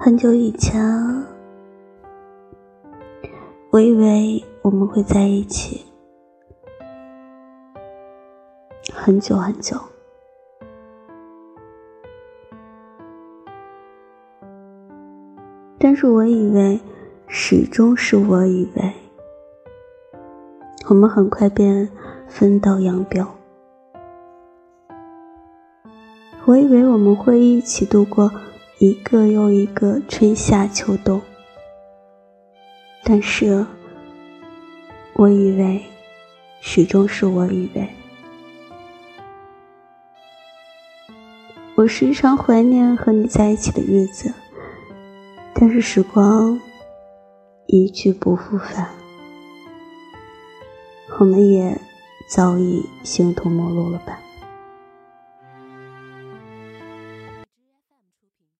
很久以前，我以为我们会在一起很久很久，但是我以为，始终是我以为，我们很快便分道扬镳。我以为我们会一起度过一个又一个春夏秋冬，但是我以为，始终是我以为。我时常怀念和你在一起的日子，但是时光一去不复返，我们也早已形同陌路了吧。